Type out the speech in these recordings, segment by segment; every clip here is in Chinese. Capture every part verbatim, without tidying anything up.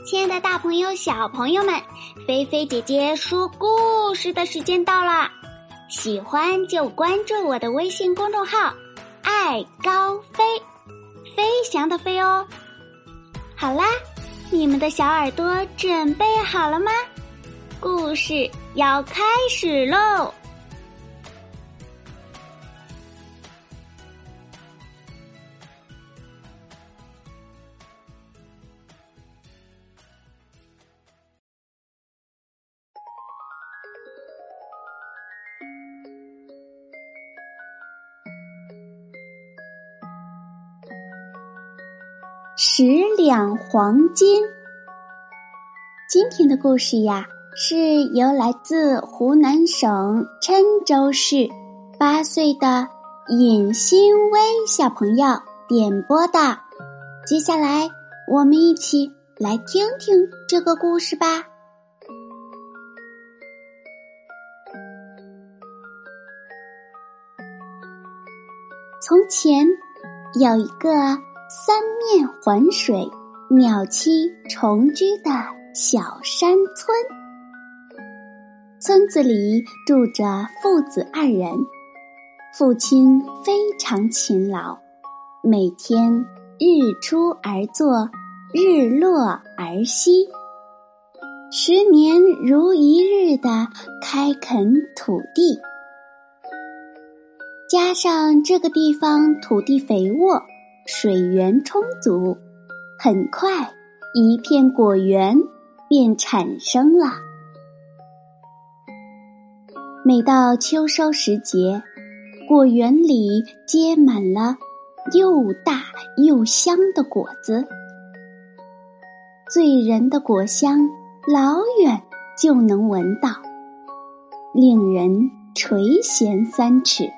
亲爱的大朋友小朋友们，菲菲姐姐说故事的时间到了，喜欢就关注我的微信公众号爱高飞，飞翔的飞哦。好啦，你们的小耳朵准备好了吗？故事要开始喽。十两黄金。今天的故事呀，是由来自湖南省郴州市八岁的尹欣薇小朋友点播的。接下来，我们一起来听听这个故事吧。从前，有一个三面环水、鸟栖重居的小山村。村子里住着父子二人，父亲非常勤劳，每天日出而作，日落而息，十年如一日地开垦土地。加上这个地方土地肥沃，水源充足，很快一片果园便产生了。每到秋收时节，果园里结满了又大又香的果子，醉人的果香老远就能闻到，令人垂涎三尺。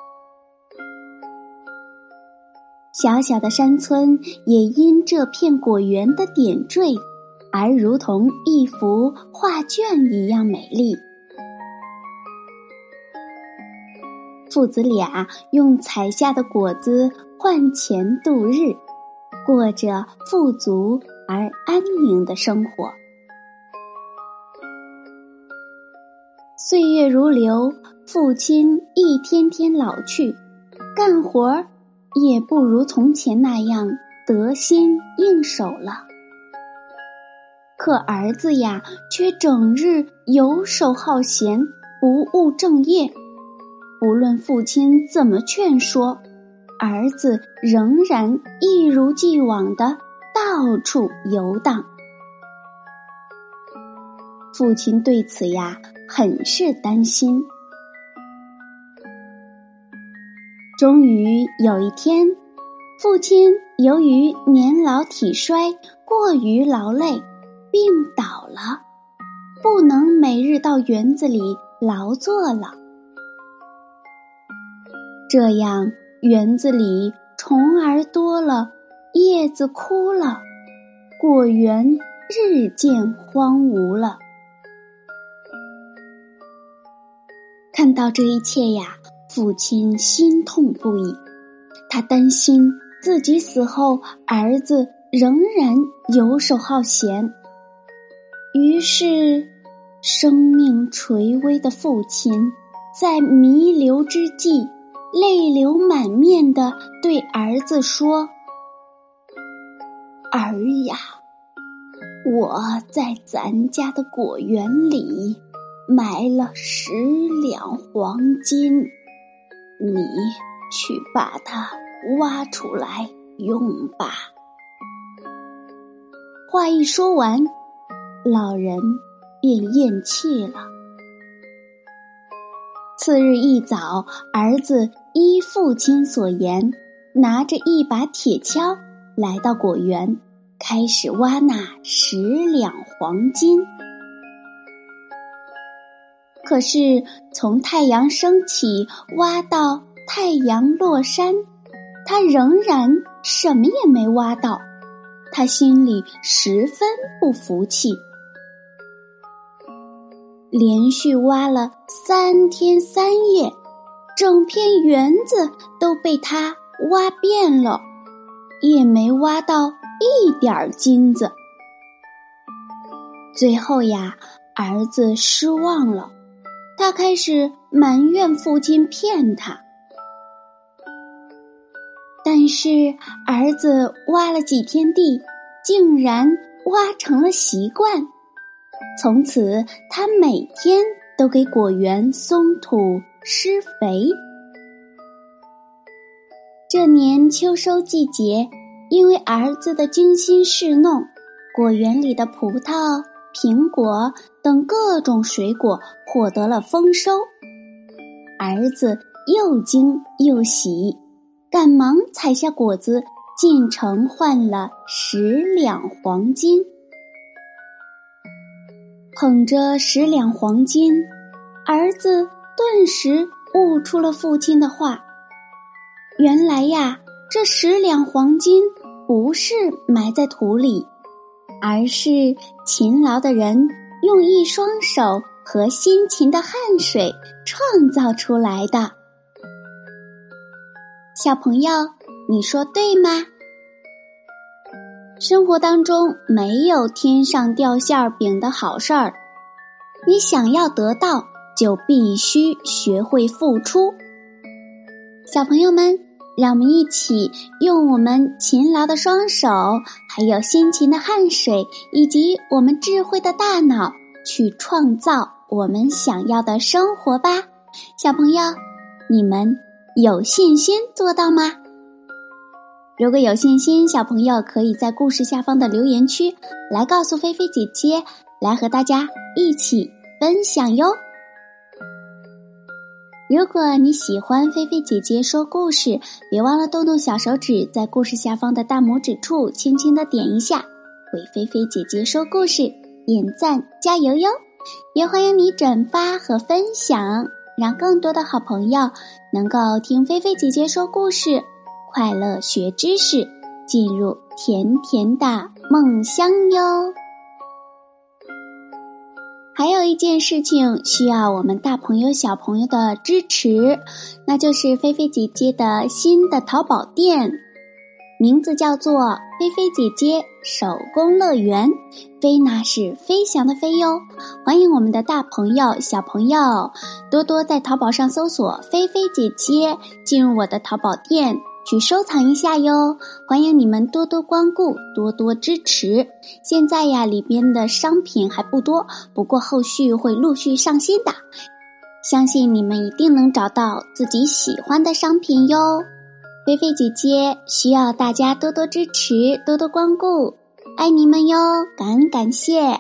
小小的山村也因这片果园的点缀，而如同一幅画卷一样美丽。父子俩用采下的果子换钱度日，过着富足而安宁的生活。岁月如流，父亲一天天老去，干活儿也不如从前那样得心应手了。可儿子呀，却整日游手好闲，不务正业。不论父亲怎么劝说，儿子仍然一如既往地到处游荡。父亲对此呀，很是担心。终于有一天，父亲由于年老体衰，过于劳累，病倒了，不能每日到园子里劳作了。这样，园子里虫儿多了，叶子枯了，果园日渐荒芜了。看到这一切呀，父亲心痛不已，他担心自己死后儿子仍然游手好闲。于是，生命垂危的父亲在弥留之际，泪流满面地对儿子说：“儿呀，我在咱家的果园里埋了十两黄金，你去把它挖出来用吧。”话一说完，老人便咽气了。次日一早，儿子依父亲所言，拿着一把铁锹来到果园，开始挖那十两黄金。可是从太阳升起挖到太阳落山，他仍然什么也没挖到，他心里十分不服气。连续挖了三天三夜，整片园子都被他挖遍了，也没挖到一点金子。 最后呀，儿子失望了，他开始埋怨父亲骗他。但是儿子挖了几天地，竟然挖成了习惯。从此他每天都给果园松土施肥。这年秋收季节，因为儿子的精心侍弄，果园里的葡萄、苹果等各种水果获得了丰收。儿子又惊又喜，赶忙采下果子，进城换了十两黄金。捧着十两黄金，儿子顿时悟出了父亲的话。原来呀，这十两黄金不是埋在土里，而是勤劳的人用一双手和辛勤的汗水创造出来的。小朋友，你说对吗？生活当中没有天上掉馅饼的好事儿，你想要得到，就必须学会付出。小朋友们，让我们一起用我们勤劳的双手，还有辛勤的汗水，以及我们智慧的大脑，去创造我们想要的生活吧。小朋友，你们有信心做到吗？如果有信心，小朋友可以在故事下方的留言区来告诉菲菲姐姐，来和大家一起分享哟。如果你喜欢菲菲姐姐说故事，别忘了动动小手指，在故事下方的大拇指处轻轻地点一下，为菲菲姐姐说故事点赞加油哟。也欢迎你转发和分享，让更多的好朋友能够听菲菲姐姐说故事，快乐学知识，进入甜甜的梦乡哟。还有一件事情需要我们大朋友小朋友的支持，那就是菲菲姐姐的新的淘宝店，名字叫做菲菲姐姐手工乐园，飞呢是飞翔的飞哟。欢迎我们的大朋友小朋友多多在淘宝上搜索菲菲姐姐，进入我的淘宝店去收藏一下哟。欢迎你们多多光顾，多多支持。现在呀，里边的商品还不多，不过后续会陆续上新的，相信你们一定能找到自己喜欢的商品哟。菲菲姐姐需要大家多多支持，多多光顾，爱你们哟，感恩感谢。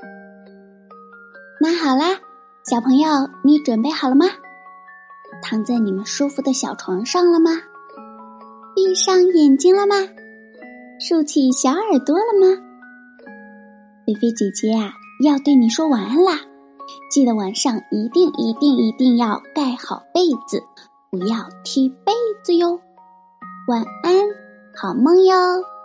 那好啦，小朋友，你准备好了吗？躺在你们舒服的小床上了吗？闭上眼睛了吗？竖起小耳朵了吗？菲菲姐姐啊，要对你说晚安啦！记得晚上一定一定一定要盖好被子，不要踢被子哟。晚安，好梦哟。